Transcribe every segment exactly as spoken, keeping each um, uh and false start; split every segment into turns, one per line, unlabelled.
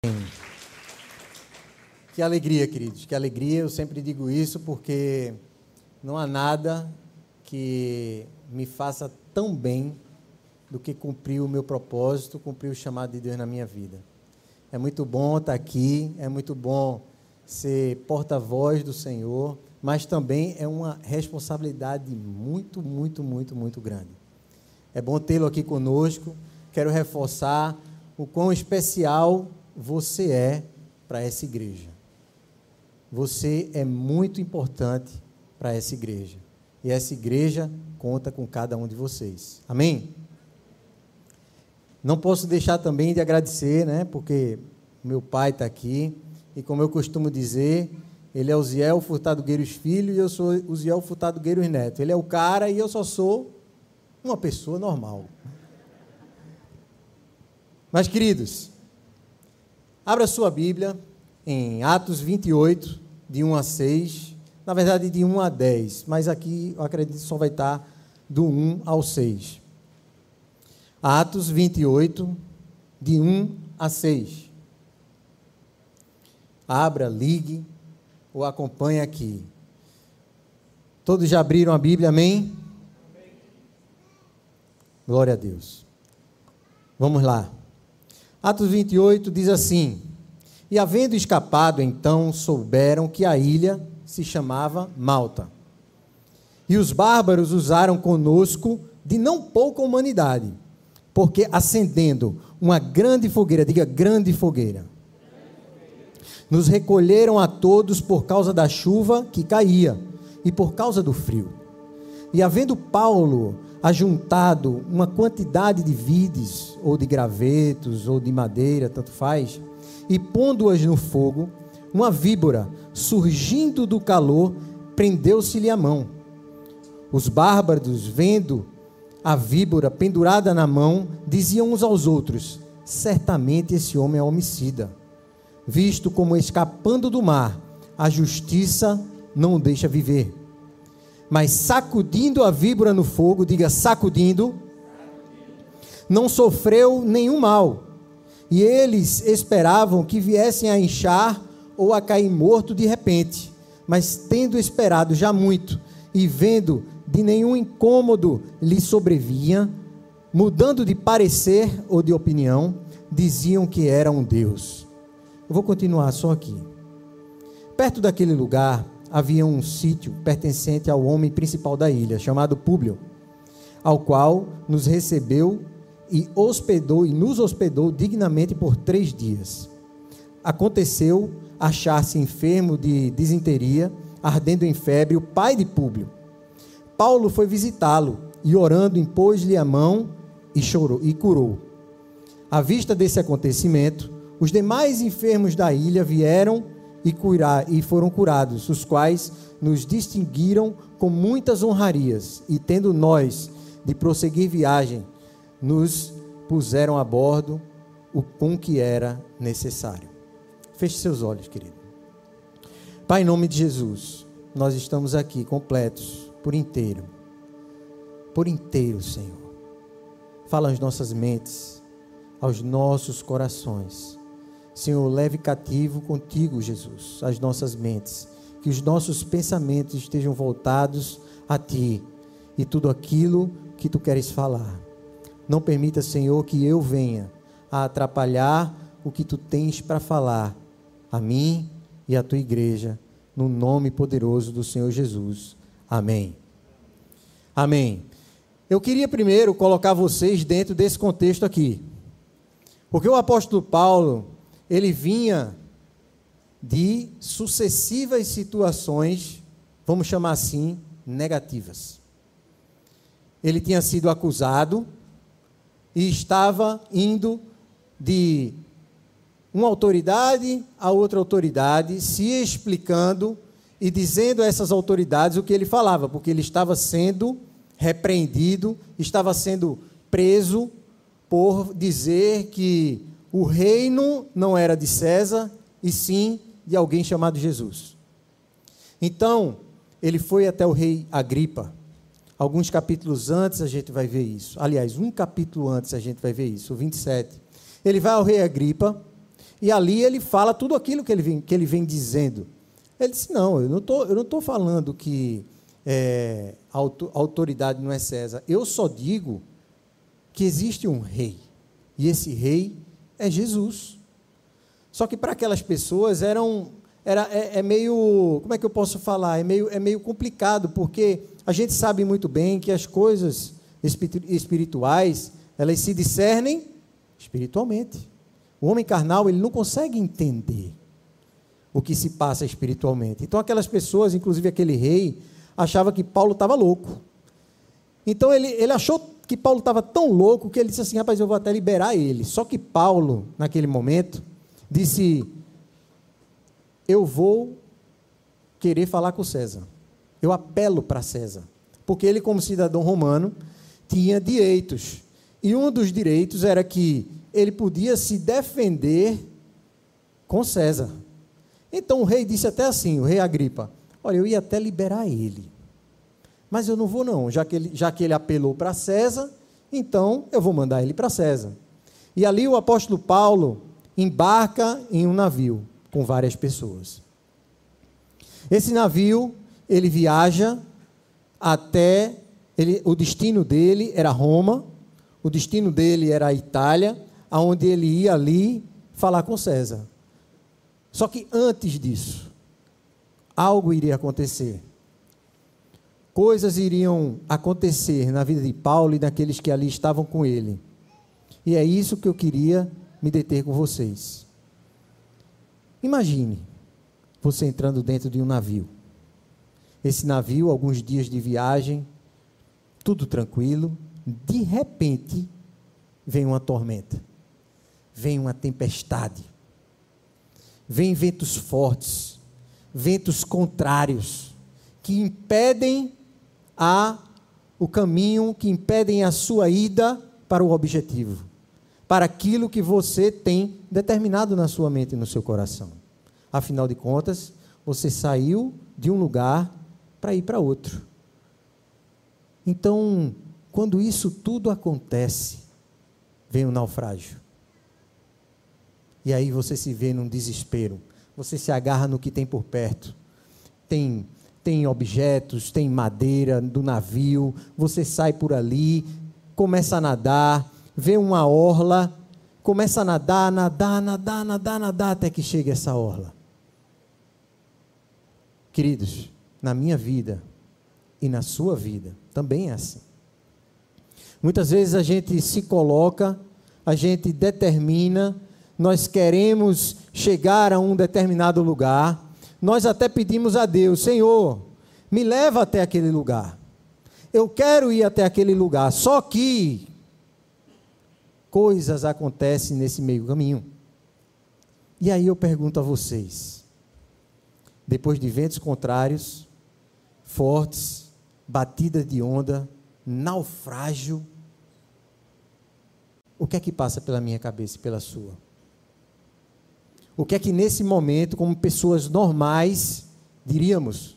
Que alegria, queridos, que alegria. Eu sempre digo isso porque não há nada que me faça tão bem do que cumprir o meu propósito, cumprir o chamado de Deus na minha vida. É muito bom estar aqui, é muito bom ser porta-voz do Senhor, mas também é uma responsabilidade muito, muito, muito, muito grande. É bom tê-lo aqui conosco. Quero reforçar o quão especial você é para essa igreja. Você é muito importante para essa igreja. E essa igreja conta com cada um de vocês. Amém? Não posso deixar também de agradecer, né? Porque meu pai está aqui. E como eu costumo dizer, ele é o Ziel Furtado Gueiros Filho e eu sou o Ziel Furtado Gueiros Neto. Ele é o cara e eu só sou uma pessoa normal. Mas, queridos, abra sua Bíblia em Atos vinte e oito, de um a seis, na verdade de um a dez, mas aqui eu acredito que só vai estar do um ao seis. Atos vinte e oito, de um a seis. Abra, ligue ou acompanhe aqui. Todos já abriram a Bíblia, amém? Amém. Glória a Deus. Vamos lá. Atos vinte e oito diz assim: e havendo escapado, então souberam que a ilha se chamava Malta. E os bárbaros usaram conosco de não pouca humanidade, porque acendendo uma grande fogueira, diga grande fogueira, nos recolheram a todos por causa da chuva que caía e por causa do frio. E havendo Paulo ajuntado uma quantidade de vides, ou de gravetos, ou de madeira, tanto faz, e pondo-as no fogo, uma víbora, surgindo do calor, prendeu-se-lhe a mão. Os bárbaros, vendo a víbora pendurada na mão, diziam uns aos outros: certamente esse homem é homicida, visto como escapando do mar, a justiça não o deixa viver. Mas sacudindo a víbora no fogo, diga sacudindo, não sofreu nenhum mal. E eles esperavam que viessem a inchar ou a cair morto de repente. Mas tendo esperado já muito e vendo de nenhum incômodo lhe sobrevinha, mudando de parecer ou de opinião, diziam que era um Deus. Eu vou continuar só aqui. Perto daquele lugar havia um sítio pertencente ao homem principal da ilha, chamado Públio, ao qual nos recebeu e hospedou e nos hospedou dignamente por três dias. Aconteceu achar-se enfermo de disenteria, ardendo em febre, o pai de Públio. Paulo foi visitá-lo e, orando, impôs-lhe a mão e chorou e curou. À vista desse acontecimento, os demais enfermos da ilha vieram e, curar, e foram curados, os quais nos distinguiram com muitas honrarias, e tendo nós de prosseguir viagem, nos puseram a bordo o com que era necessário. Feche seus olhos, querido. Pai, em nome de Jesus, nós estamos aqui completos, por inteiro, por inteiro, Senhor. Fala às nossas mentes, aos nossos corações. Senhor, leve cativo contigo, Jesus, as nossas mentes, que os nossos pensamentos estejam voltados a Ti e tudo aquilo que Tu queres falar. Não permita, Senhor, que eu venha a atrapalhar o que Tu tens para falar a mim e à Tua igreja, no nome poderoso do Senhor Jesus. Amém. Amém. Eu queria primeiro colocar vocês dentro desse contexto aqui, porque o apóstolo Paulo, ele vinha de sucessivas situações, vamos chamar assim, negativas. Ele tinha sido acusado e estava indo de uma autoridade a outra autoridade, se explicando e dizendo a essas autoridades o que ele falava, porque ele estava sendo repreendido, estava sendo preso por dizer que o reino não era de César, e sim de alguém chamado Jesus. Então, ele foi até o rei Agripa. Alguns capítulos antes a gente vai ver isso. Aliás, um capítulo antes a gente vai ver isso, o vinte e sete. Ele vai ao rei Agripa E ali ele fala tudo aquilo que ele vem, que ele vem dizendo. Ele disse, não, eu não tô, eu não estou falando que é, a autoridade não é César. Eu só digo que existe um rei. E esse rei é Jesus. Só que para aquelas pessoas eram, era, é, é meio, como é que eu posso falar? É meio, é meio complicado, porque a gente sabe muito bem que as coisas espirituais, elas se discernem espiritualmente. O homem carnal, ele não consegue entender o que se passa espiritualmente. Então, aquelas pessoas, inclusive aquele rei, achava que Paulo estava louco. Então, ele, ele achou que Paulo estava tão louco que ele disse assim, rapaz, eu vou até liberar ele. Só que Paulo, naquele momento, disse, eu vou querer falar com César. Eu apelo para César. Porque ele, como cidadão romano, tinha direitos. E um dos direitos era que ele podia se defender com César. Então o rei disse até assim, o rei Agripa, olha, eu ia até liberar ele, mas eu não vou não, já que ele, já que ele apelou para César, então eu vou mandar ele para César. E ali o apóstolo Paulo embarca em um navio com várias pessoas. Esse navio, ele viaja até, ele, o destino dele era Roma, o destino dele era a Itália, aonde ele ia ali falar com César. Só que antes disso, algo iria acontecer. Coisas iriam acontecer na vida de Paulo e daqueles que ali estavam com ele. E é isso que eu queria me deter com vocês. Imagine você entrando dentro de um navio. Esse navio, alguns dias de viagem, tudo tranquilo, de repente vem uma tormenta, vem uma tempestade, vem ventos fortes, ventos contrários, que impedem a, o caminho, que impedem a sua ida para o objetivo, para aquilo que você tem determinado na sua mente e no seu coração. Afinal de contas, você saiu de um lugar para ir para outro. Então, quando isso tudo acontece, vem um naufrágio. E aí você se vê num desespero. Você se agarra no que tem por perto. Tem, tem objetos, tem madeira do navio. Você sai por ali, começa a nadar, vê uma orla, começa a nadar, nadar, nadar, nadar, nadar, até que chegue essa orla. Queridos, na minha vida e na sua vida, também é assim. Muitas vezes a gente se coloca, a gente determina, nós queremos chegar a um determinado lugar, nós até pedimos a Deus, Senhor, me leva até aquele lugar, eu quero ir até aquele lugar, só que coisas acontecem nesse meio caminho. E aí eu pergunto a vocês, depois de ventos contrários, fortes, batida de onda, naufrágio, o que é que passa pela minha cabeça e pela sua? O que é que nesse momento, como pessoas normais, diríamos?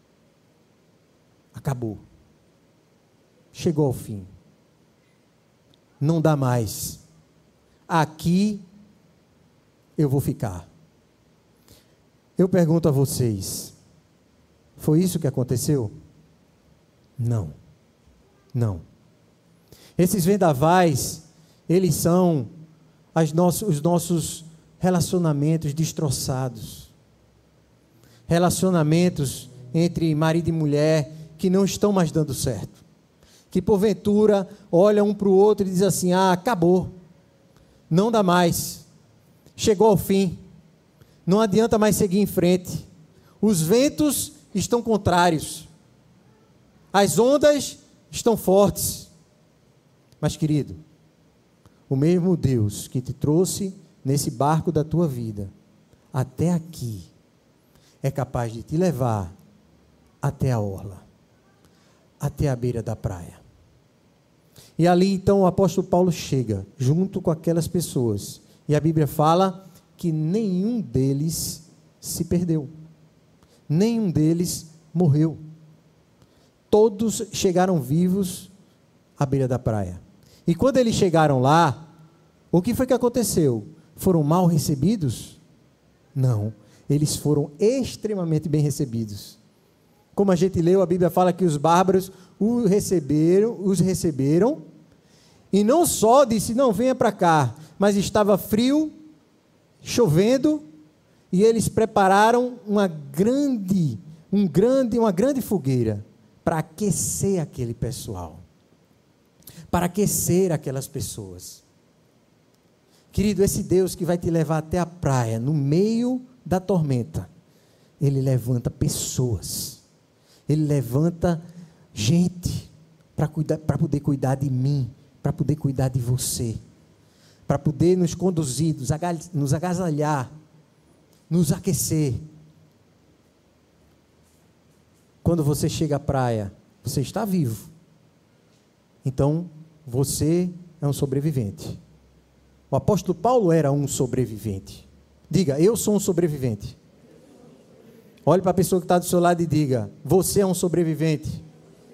Acabou. Chegou ao fim. Não dá mais. Aqui eu vou ficar. Eu pergunto a vocês, foi isso que aconteceu? Não. Não. Esses vendavais, eles são as nossos, os nossos relacionamentos destroçados. Relacionamentos entre marido e mulher que não estão mais dando certo. Que porventura olham um para o outro e dizem assim, ah, acabou. Não dá mais. Chegou ao fim. Não adianta mais seguir em frente. Os ventos estão contrários. As ondas estão fortes. Mas, querido, o mesmo Deus que te trouxe nesse barco da tua vida, até aqui, é capaz de te levar até a orla, até a beira da praia. E ali, então, o apóstolo Paulo chega, junto com aquelas pessoas, e a Bíblia fala que nenhum deles se perdeu, nenhum deles morreu. Todos chegaram vivos à beira da praia. E quando eles chegaram lá, o que foi que aconteceu? foram mal recebidos? Não, eles foram extremamente bem recebidos. Como a gente leu, a Bíblia fala que os bárbaros os receberam, os receberam, e não só disse, não, venha para cá, mas estava frio, chovendo, e eles prepararam uma grande, um grande, uma grande fogueira para aquecer aquele pessoal, para aquecer aquelas pessoas. Querido, esse Deus que vai te levar até a praia, no meio da tormenta, Ele levanta pessoas, Ele levanta gente para cuidar, para poder cuidar de mim, para poder cuidar de você, para poder nos conduzir, nos, aga, nos agasalhar, nos aquecer. Quando você chega à praia, você está vivo. Então, você é um sobrevivente. O apóstolo Paulo era um sobrevivente. Diga, eu sou um sobrevivente. Olhe para a pessoa que está do seu lado e diga, você é um sobrevivente.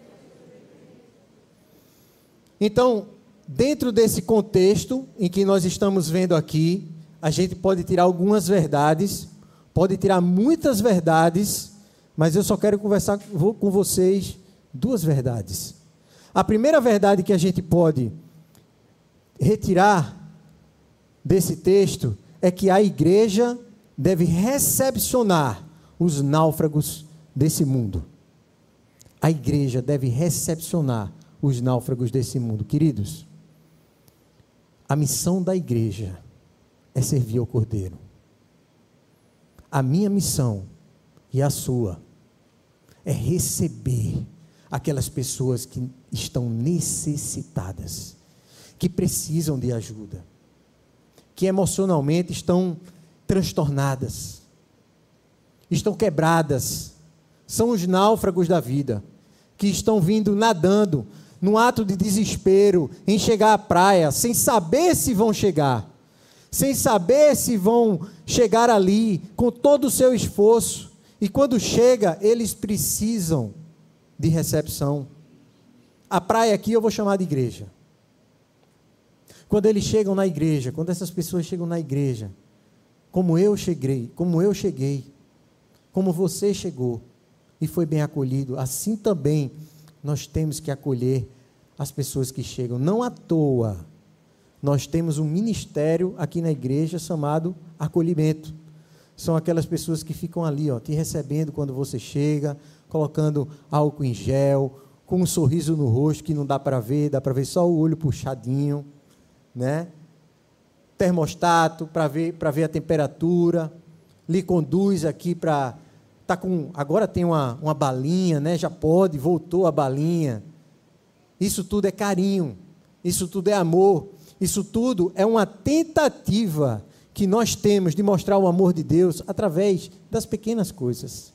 Então, dentro desse contexto em que nós estamos vendo aqui, a gente pode tirar algumas verdades, pode tirar muitas verdades, mas eu só quero conversar com vocês duas verdades. A primeira verdade que a gente pode retirar desse texto é que a igreja deve recepcionar os náufragos desse mundo. A igreja deve recepcionar os náufragos desse mundo. Queridos, a missão da igreja é servir ao Cordeiro. A minha missão e a sua é receber aquelas pessoas que estão necessitadas, que precisam de ajuda, que emocionalmente estão transtornadas, estão quebradas, são os náufragos da vida, que estão vindo nadando, num ato de desespero, em chegar à praia, sem saber se vão chegar, sem saber se vão chegar ali, com todo o seu esforço, e quando chega, eles precisam de recepção. A praia aqui eu vou chamar de igreja. Quando eles chegam na igreja, quando essas pessoas chegam na igreja, como eu cheguei, como eu cheguei, como você chegou e foi bem acolhido, assim também nós temos que acolher as pessoas que chegam. Não à toa, nós temos um ministério aqui na igreja chamado acolhimento. São aquelas pessoas que ficam ali, ó, te recebendo quando você chega, colocando álcool em gel, com um sorriso no rosto que não dá para ver, dá para ver só o olho puxadinho, né? Termostato para ver, para ver a temperatura, lhe conduz aqui para... Tá com, agora tem uma, uma balinha, né? Já pode, voltou a balinha. Isso tudo é carinho, isso tudo é amor, isso tudo é uma tentativa que nós temos de mostrar o amor de Deus através das pequenas coisas.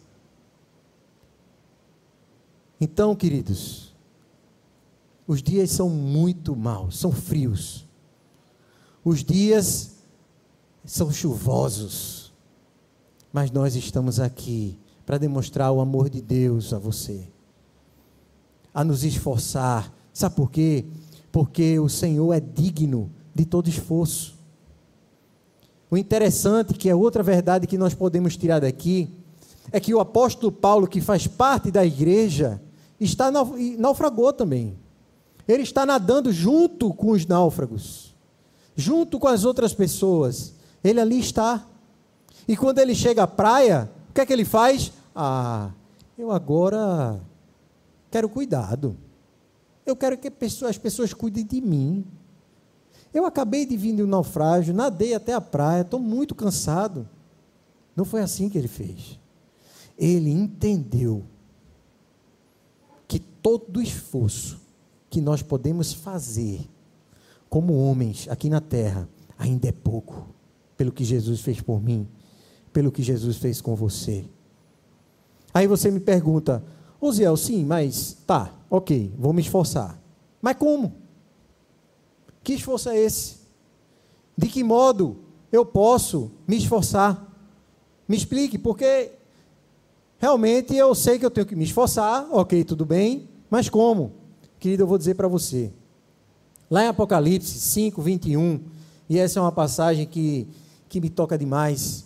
Então, queridos, os dias são muito maus, são frios. Os dias são chuvosos, mas nós estamos aqui para demonstrar o amor de Deus a você, a nos esforçar. Sabe por quê? Porque o Senhor é digno de todo esforço. O interessante, que é outra verdade que nós podemos tirar daqui, é que o apóstolo Paulo, que faz parte da igreja, está naufragou também. Ele está nadando junto com os náufragos, junto com as outras pessoas. Ele ali está. E quando ele chega à praia, o que é que ele faz? Ah, eu agora quero cuidado. Eu quero que as pessoas cuidem de mim. Eu acabei de vir de um naufrágio, nadei até a praia, estou muito cansado. Não foi assim que ele fez. Ele entendeu que todo esforço que nós podemos fazer como homens aqui na terra ainda é pouco, pelo que Jesus fez por mim, pelo que Jesus fez com você. Aí você me pergunta, Osiel, sim, mas tá, ok, vou me esforçar. Mas como? Que esforço é esse? De que modo eu posso me esforçar? Me explique, porque realmente eu sei que eu tenho que me esforçar, ok, tudo bem, mas como? Querido, eu vou dizer para você. Lá em Apocalipse cinco, vinte e um, E essa é uma passagem que, que me toca demais.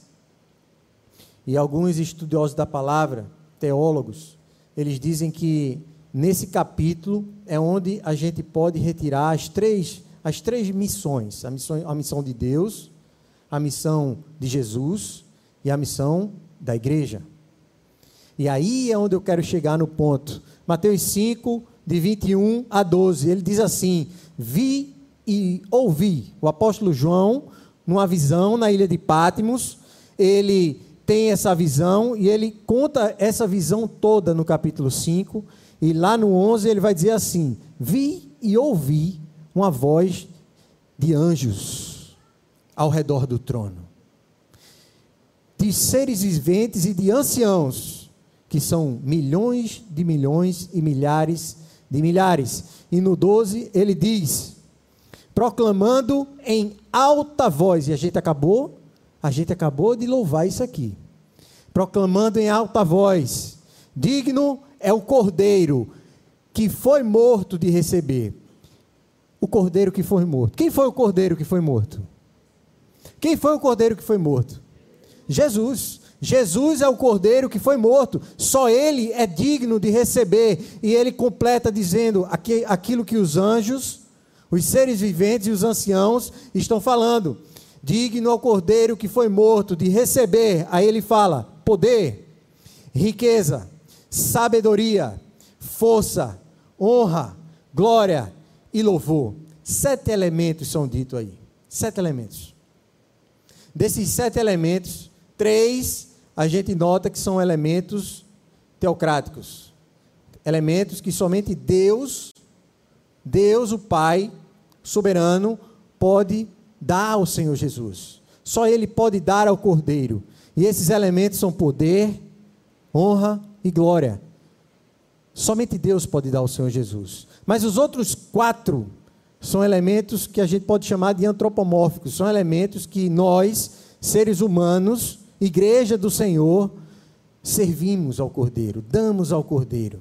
E alguns estudiosos da palavra, teólogos, eles dizem que nesse capítulo é onde a gente pode retirar as três, as três missões. A missão, a missão de Deus, a missão de Jesus e a missão da igreja. E aí é onde eu quero chegar no ponto. Mateus cinco, de vinte e um a doze, ele diz assim: vi e ouvi. O apóstolo João, numa visão na ilha de Patmos, ele tem essa visão e ele conta essa visão toda no capítulo cinco, e lá no onze ele vai dizer assim: vi e ouvi uma voz de anjos ao redor do trono, de seres viventes e de anciãos, que são milhões de milhões e milhares de milhares. E no doze ele diz, proclamando em alta voz, e a gente acabou, a gente acabou de louvar isso aqui, proclamando em alta voz: digno é o Cordeiro que foi morto de receber. O Cordeiro que foi morto. Quem foi o Cordeiro que foi morto? Quem foi o Cordeiro que foi morto? Jesus. Jesus é o Cordeiro que foi morto, só Ele é digno de receber. E Ele completa dizendo aqui, aquilo que os anjos, os seres viventes e os anciãos estão falando: digno ao Cordeiro que foi morto de receber. Aí Ele fala: poder, riqueza, sabedoria, força, honra, glória e louvor. Sete elementos são ditos aí, sete elementos. Desses sete elementos, três a gente nota que são elementos teocráticos, elementos que somente Deus, Deus o Pai soberano, pode dar ao Senhor Jesus. Só Ele pode dar ao Cordeiro. E esses elementos são poder, honra e glória. Somente Deus pode dar ao Senhor Jesus. Mas os outros quatro são elementos que a gente pode chamar de antropomórficos. São elementos que nós, seres humanos, igreja do Senhor, servimos ao Cordeiro, damos ao Cordeiro.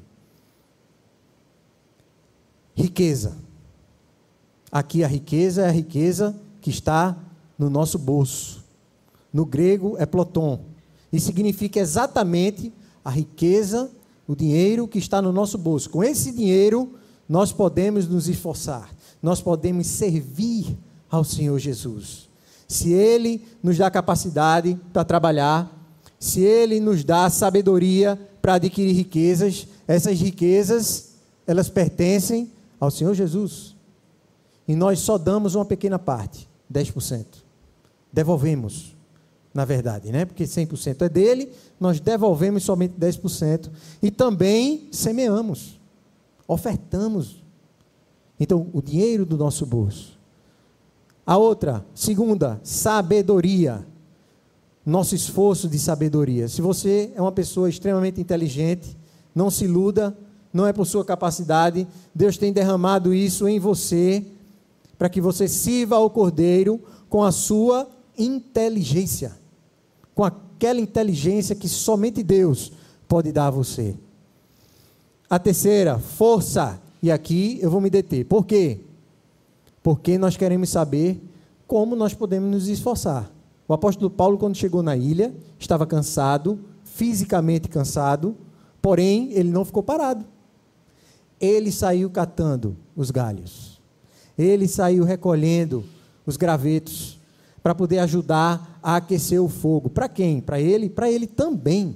Riqueza. Aqui a riqueza é a riqueza que está no nosso bolso. No grego é ploton. E significa exatamente a riqueza, o dinheiro que está no nosso bolso. Com esse dinheiro, nós podemos nos esforçar. Nós podemos servir ao Senhor Jesus. Se Ele nos dá capacidade para trabalhar, se Ele nos dá sabedoria para adquirir riquezas, essas riquezas, elas pertencem ao Senhor Jesus. E nós só damos uma pequena parte, dez por cento. Devolvemos, na verdade, né? Porque cem por cento é dele, nós devolvemos somente dez por cento. E também semeamos, ofertamos. Então, o dinheiro do nosso bolso. A outra, segunda, sabedoria. Nosso esforço de sabedoria. Se você é uma pessoa extremamente inteligente, não se iluda, não é por sua capacidade, Deus tem derramado isso em você, para que você sirva ao Cordeiro com a sua inteligência, com aquela inteligência que somente Deus pode dar a você. A terceira, força. E aqui eu vou me deter. Por quê? Porque nós queremos saber como nós podemos nos esforçar. O apóstolo Paulo, quando chegou na ilha, estava cansado, fisicamente cansado, porém, ele não ficou parado. Ele saiu catando os galhos. Ele saiu recolhendo os gravetos para poder ajudar a aquecer o fogo. Para quem? Para ele? Para ele também.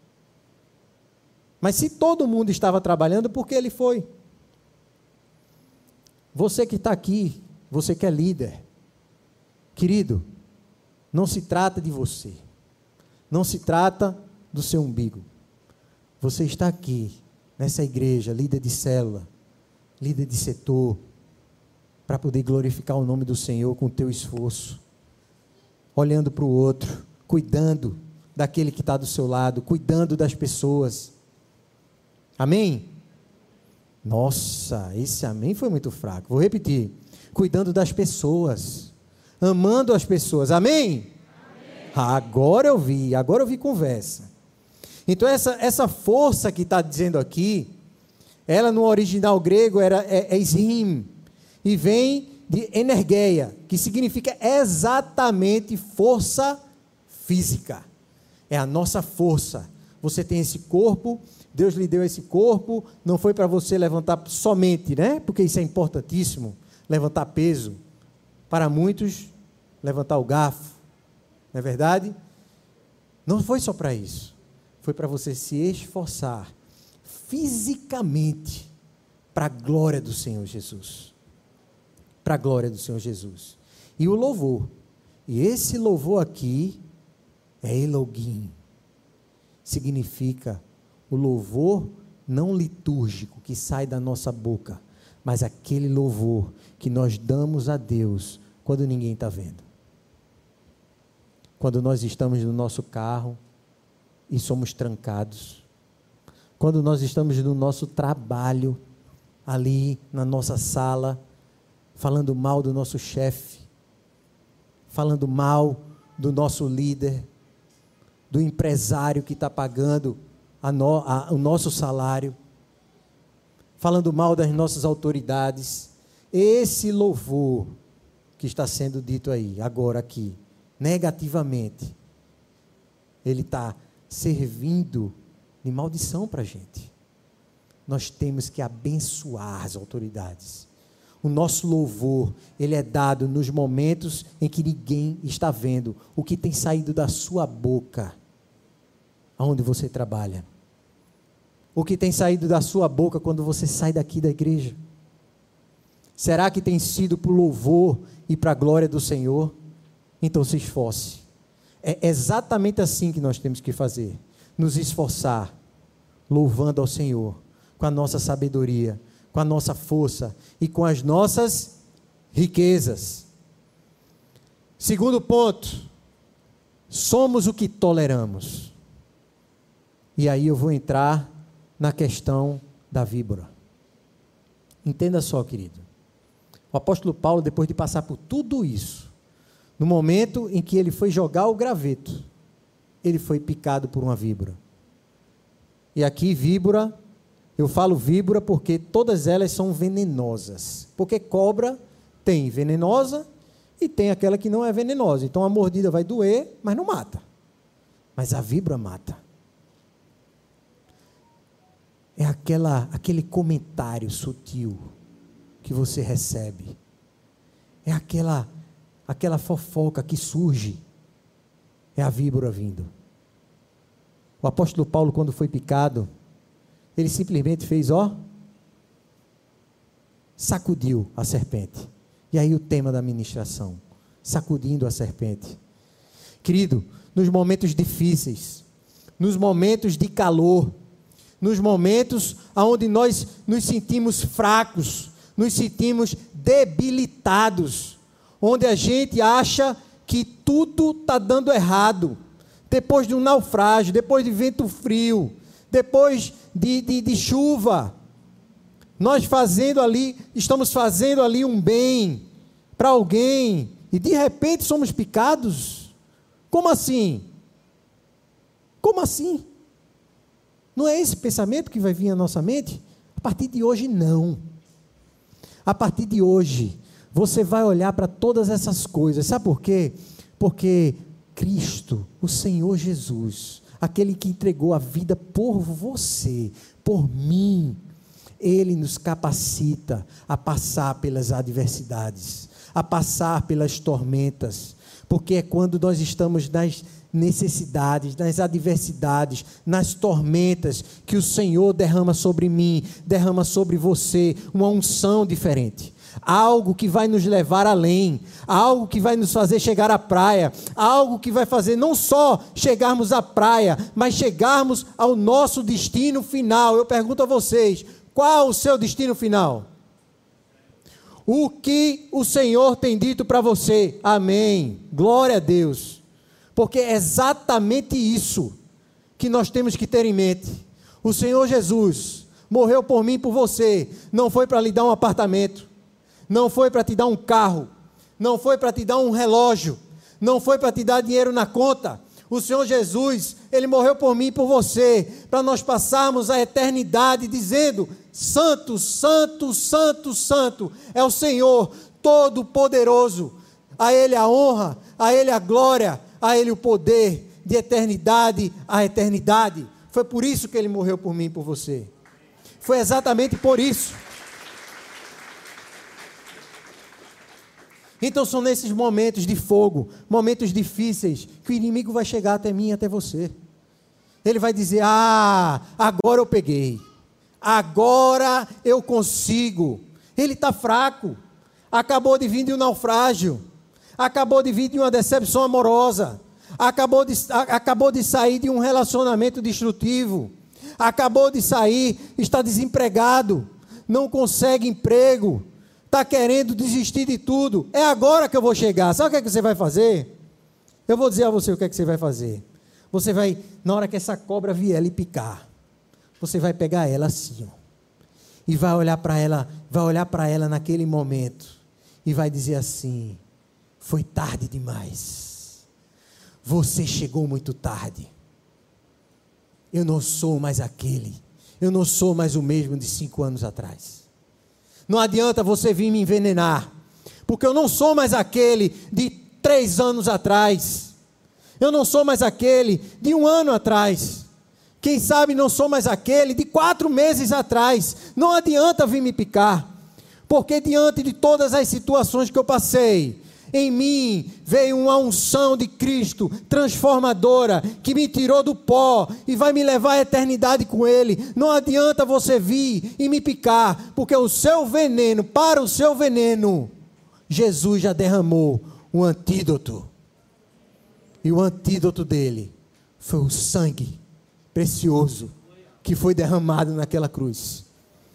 Mas se todo mundo estava trabalhando, por que ele foi? Você que está aqui, você que é líder, querido, não se trata de você, não se trata do seu umbigo. Você está aqui, nessa igreja, líder de célula, líder de setor, para poder glorificar o nome do Senhor com o teu esforço, olhando para o outro, cuidando daquele que está do seu lado, cuidando das pessoas. Amém? Nossa, esse amém foi muito fraco. Vou repetir. Cuidando das pessoas, amando as pessoas. Amém? Amém. Agora eu vi, agora eu vi conversa. Então essa, essa força que está dizendo aqui, ela no original grego era, é, é isrim, e vem de energeia, que significa exatamente força física. É a nossa força. Você tem esse corpo, Deus lhe deu esse corpo, não foi para você levantar somente, né? Porque isso é importantíssimo, levantar peso. Para muitos, levantar o garfo, não é verdade? Não foi só para isso. Foi para você se esforçar fisicamente para a glória do Senhor Jesus. Para a glória do Senhor Jesus. E o louvor. E esse louvor aqui é Elohim. Significa o louvor não litúrgico que sai da nossa boca, mas aquele louvor que nós damos a Deus quando ninguém está vendo. Quando nós estamos no nosso carro e somos trancados. Quando nós estamos no nosso trabalho, ali na nossa sala, falando mal do nosso chefe, falando mal do nosso líder, do empresário que está pagando a no, a, o nosso salário, falando mal das nossas autoridades. Esse louvor que está sendo dito aí, agora aqui, negativamente, ele está servindo de maldição para a gente. Nós temos que abençoar as autoridades. O nosso louvor, ele é dado nos momentos em que ninguém está vendo o que tem saído da sua boca, aonde você trabalha. O que tem saído da sua boca quando você sai daqui da igreja. Será que tem sido para o louvor e para a glória do Senhor? Então se esforce. É exatamente assim que nós temos que fazer. Nos esforçar, louvando ao Senhor, com a nossa sabedoria, com a nossa força e com as nossas riquezas. Segundo ponto, somos o que toleramos. E aí eu vou entrar na questão da víbora. Entenda só, querido. O apóstolo Paulo, depois de passar por tudo isso, no momento em que ele foi jogar o graveto, ele foi picado por uma víbora. E aqui, víbora, eu falo víbora porque todas elas são venenosas. Porque cobra tem venenosa e tem aquela que não é venenosa. Então a mordida vai doer, mas não mata. Mas a víbora mata. É aquela, aquele comentário sutil que você recebe. É aquela, aquela fofoca que surge. É a víbora vindo. O apóstolo Paulo, quando foi picado, ele simplesmente fez, ó, sacudiu a serpente. E aí o tema da ministração, sacudindo a serpente. Querido, nos momentos difíceis, nos momentos de calor, nos momentos onde nós nos sentimos fracos, nos sentimos debilitados, onde a gente acha que tudo está dando errado, depois de um naufrágio, depois de vento frio, depois de, de, de chuva, nós fazendo ali, estamos fazendo ali um bem para alguém, e de repente somos picados. Como assim? Como assim? Não é esse pensamento que vai vir à nossa mente? A partir de hoje, não. A partir de hoje, você vai olhar para todas essas coisas. Sabe por quê? Porque Cristo, o Senhor Jesus, aquele que entregou a vida por você, por mim, Ele nos capacita a passar pelas adversidades, a passar pelas tormentas, porque é quando nós estamos nas necessidades, nas adversidades, nas tormentas, que o Senhor derrama sobre mim, derrama sobre você, uma unção diferente, algo que vai nos levar além, algo que vai nos fazer chegar à praia, algo que vai fazer não só chegarmos à praia, mas chegarmos ao nosso destino final. Eu pergunto a vocês, qual o seu destino final? O que o Senhor tem dito para você? Amém, glória a Deus. Porque é exatamente isso que nós temos que ter em mente. O Senhor Jesus morreu por mim e por você. Não foi para lhe dar um apartamento, não foi para te dar um carro, não foi para te dar um relógio, não foi para te dar dinheiro na conta. O Senhor Jesus, Ele morreu por mim e por você, para nós passarmos a eternidade dizendo: Santo, Santo, Santo, Santo é o Senhor. Todo-Poderoso. A Ele a honra, a Ele a glória, a Ele o poder, de eternidade a eternidade. Foi por isso que Ele morreu por mim e por você. Foi exatamente por isso. Então são nesses momentos de fogo, momentos difíceis, que o inimigo vai chegar até mim e até você. Ele vai dizer: ah, agora eu peguei, agora eu consigo. Ele está fraco, acabou de vir de um naufrágio, acabou de vir de uma decepção amorosa, acabou de, acabou de sair de um relacionamento destrutivo, acabou de sair, está desempregado, não consegue emprego, está querendo desistir de tudo. É agora que eu vou chegar. Sabe o que é que você vai fazer? Eu vou dizer a você o que é que você vai fazer. Você vai, na hora que essa cobra vier lhe picar, você vai pegar ela assim, ó, e vai olhar para ela, vai olhar para ela naquele momento e vai dizer assim: foi tarde demais. Você chegou muito tarde. Eu não sou mais aquele. Eu não sou mais o mesmo de cinco anos atrás. Não adianta você vir me envenenar, porque eu não sou mais aquele de três anos atrás. Eu não sou mais aquele de um ano atrás. Quem sabe não sou mais aquele de quatro meses atrás. Não adianta vir me picar, porque diante de todas as situações que eu passei, em mim veio uma unção de Cristo transformadora, que me tirou do pó e vai me levar à eternidade com Ele. Não adianta você vir e me picar, porque o seu veneno, para o seu veneno, Jesus já derramou um antídoto. E o antídoto dele foi o sangue precioso que foi derramado naquela cruz.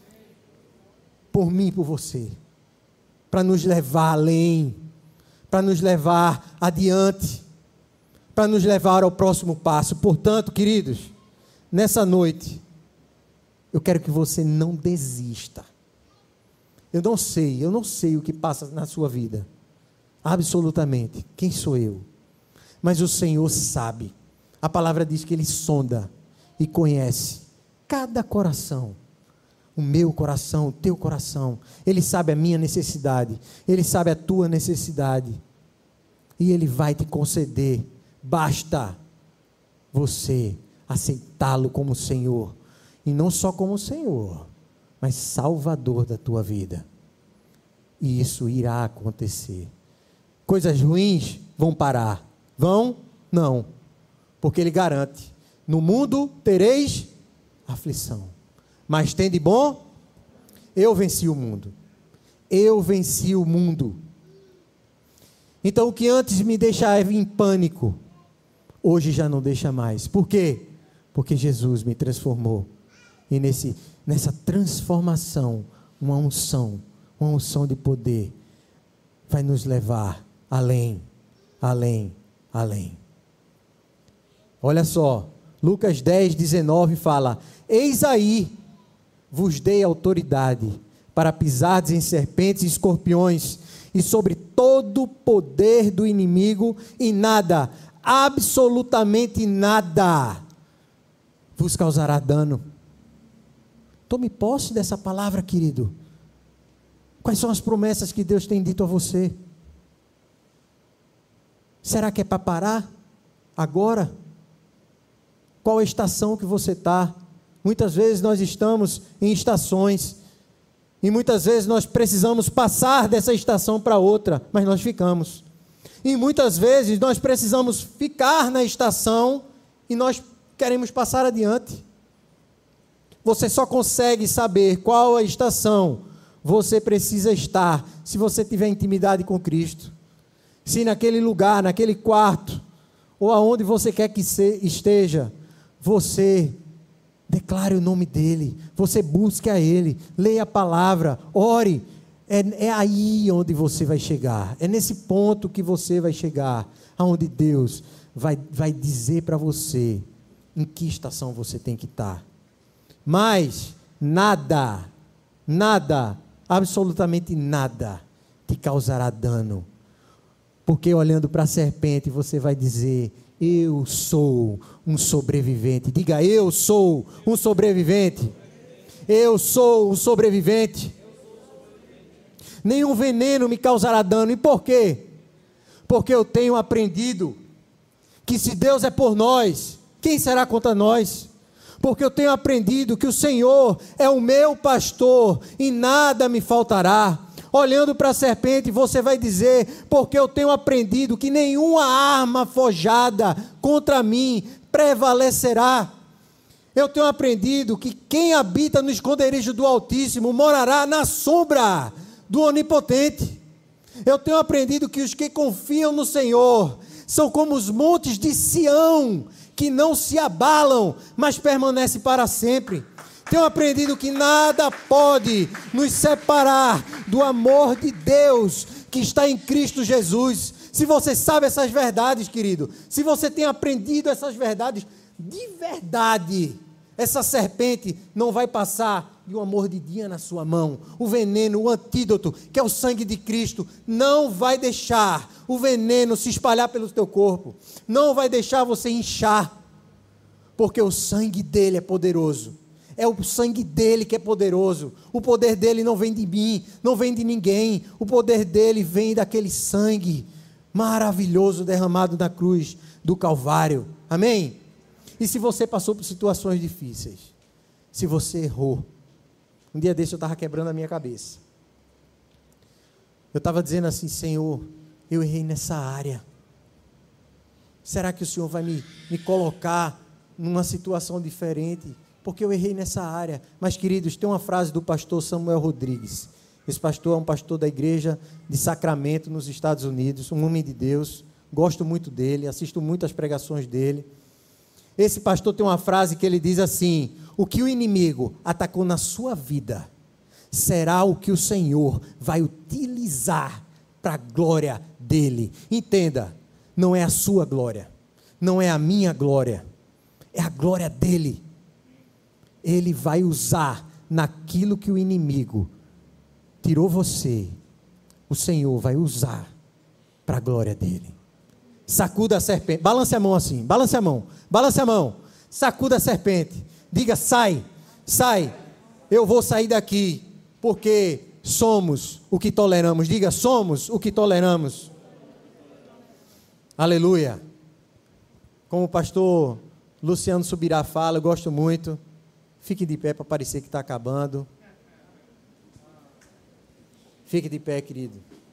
Por mim e por você. Para nos levar além, para nos levar adiante, para nos levar ao próximo passo. Portanto, queridos, nessa noite, eu quero que você não desista. Eu não sei, eu não sei o que passa na sua vida, absolutamente, quem sou eu? Mas o Senhor sabe. A palavra diz que Ele sonda e conhece cada coração. O meu coração, o teu coração. Ele sabe a minha necessidade. Ele sabe a tua necessidade. E Ele vai te conceder. Basta você aceitá-lo como Senhor. E não só como Senhor, mas Salvador da tua vida. E isso irá acontecer. Coisas ruins vão parar. Vão? Não. Porque Ele garante: no mundo tereis aflição. Mas tem de bom? Eu venci o mundo. Eu venci o mundo. Então o que antes me deixava em pânico, hoje já não deixa mais. Por quê? Porque Jesus me transformou. E nesse, nessa transformação, uma unção, uma unção de poder, vai nos levar além, além, além. Olha só, Lucas dez, dezenove fala: eis aí, vos dei autoridade para pisardes em serpentes e escorpiões, e sobre todo o poder do inimigo, e nada, absolutamente nada, vos causará dano. Tome posse dessa palavra, querido. Quais são as promessas que Deus tem dito a você? Será que é para parar agora? Qual a estação que você está? Muitas vezes nós estamos em estações, e muitas vezes nós precisamos passar dessa estação para outra, mas nós ficamos. E muitas vezes nós precisamos ficar na estação, e nós queremos passar adiante. Você só consegue saber qual a estação você precisa estar, se você tiver intimidade com Cristo. Se naquele lugar, naquele quarto, ou aonde você quer que esteja, você declare o nome dEle, você busque a Ele, leia a palavra, ore. É, é aí onde você vai chegar, é nesse ponto que você vai chegar, aonde Deus vai, vai dizer para você em que estação você tem que estar. Mas nada, nada, absolutamente nada te causará dano, porque olhando para a serpente você vai dizer: eu sou um sobrevivente. Diga: eu sou um sobrevivente. Eu sou um sobrevivente. nenhum veneno me causará dano. E por quê? Porque eu tenho aprendido que se Deus é por nós, quem será contra nós? Porque eu tenho aprendido que o Senhor é o meu pastor e nada me faltará. Olhando para a serpente, você vai dizer: porque eu tenho aprendido que nenhuma arma forjada contra mim prevalecerá. Eu tenho aprendido que quem habita no esconderijo do Altíssimo morará na sombra do Onipotente. Eu tenho aprendido que os que confiam no Senhor são como os montes de Sião, que não se abalam, mas permanecem para sempre. Tenho aprendido que nada pode nos separar do amor de Deus que está em Cristo Jesus. Se você sabe essas verdades, querido, se você tem aprendido essas verdades de verdade, essa serpente não vai passar de uma mordidinha na sua mão. O veneno, o antídoto, que é o sangue de Cristo, não vai deixar o veneno se espalhar pelo teu corpo, não vai deixar você inchar, porque o sangue dele é poderoso. É o sangue dele que é poderoso. O poder dele não vem de mim, não vem de ninguém. O poder dele vem daquele sangue maravilhoso derramado na cruz do Calvário. Amém? E se você passou por situações difíceis, se você errou, um dia desse eu estava quebrando a minha cabeça. Eu estava dizendo assim: Senhor, eu errei nessa área. Será que o Senhor vai me, me colocar numa situação diferente? Porque eu errei nessa área. Mas, queridos, tem uma frase do pastor Samuel Rodrigues. Esse pastor é um pastor da igreja de Sacramento, nos Estados Unidos, um homem de Deus. Gosto muito dele, assisto muito às pregações dele. Esse pastor tem uma frase que ele diz assim: o que o inimigo atacou na sua vida, será o que o Senhor vai utilizar para a glória dele. Entenda, não é a sua glória, não é a minha glória, é a glória dele. Ele vai usar naquilo que o inimigo tirou você, o Senhor vai usar para a glória dele. Sacuda a serpente, balance a mão assim, balance a mão, balance a mão, sacuda a serpente, diga: sai, sai, eu vou sair daqui, porque somos o que toleramos. Diga: somos o que toleramos. Aleluia. Como o pastor Luciano Subirá fala, eu gosto muito. Fique de pé para parecer que está acabando. Fique de pé, querido.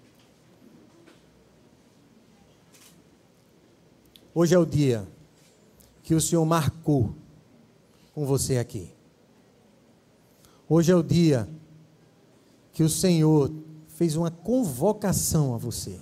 Hoje é o dia que o Senhor marcou com você aqui. Hoje é o dia que o Senhor fez uma convocação a você.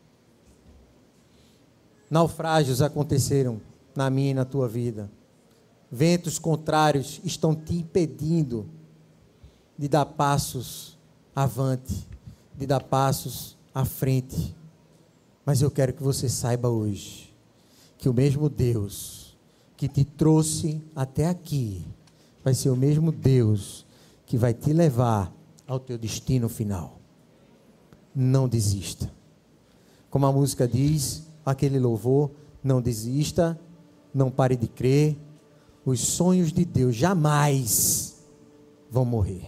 Naufrágios aconteceram na minha e na tua vida. Ventos contrários estão te impedindo de dar passos avante, de dar passos à frente. Mas eu quero que você saiba hoje que o mesmo Deus que te trouxe até aqui vai ser o mesmo Deus que vai te levar ao teu destino final. Não desista. Como a música diz, aquele louvor: não desista, não pare de crer. Os sonhos de Deus jamais vão morrer.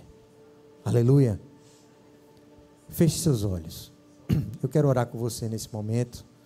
Aleluia. Feche seus olhos. Eu quero orar com você nesse momento.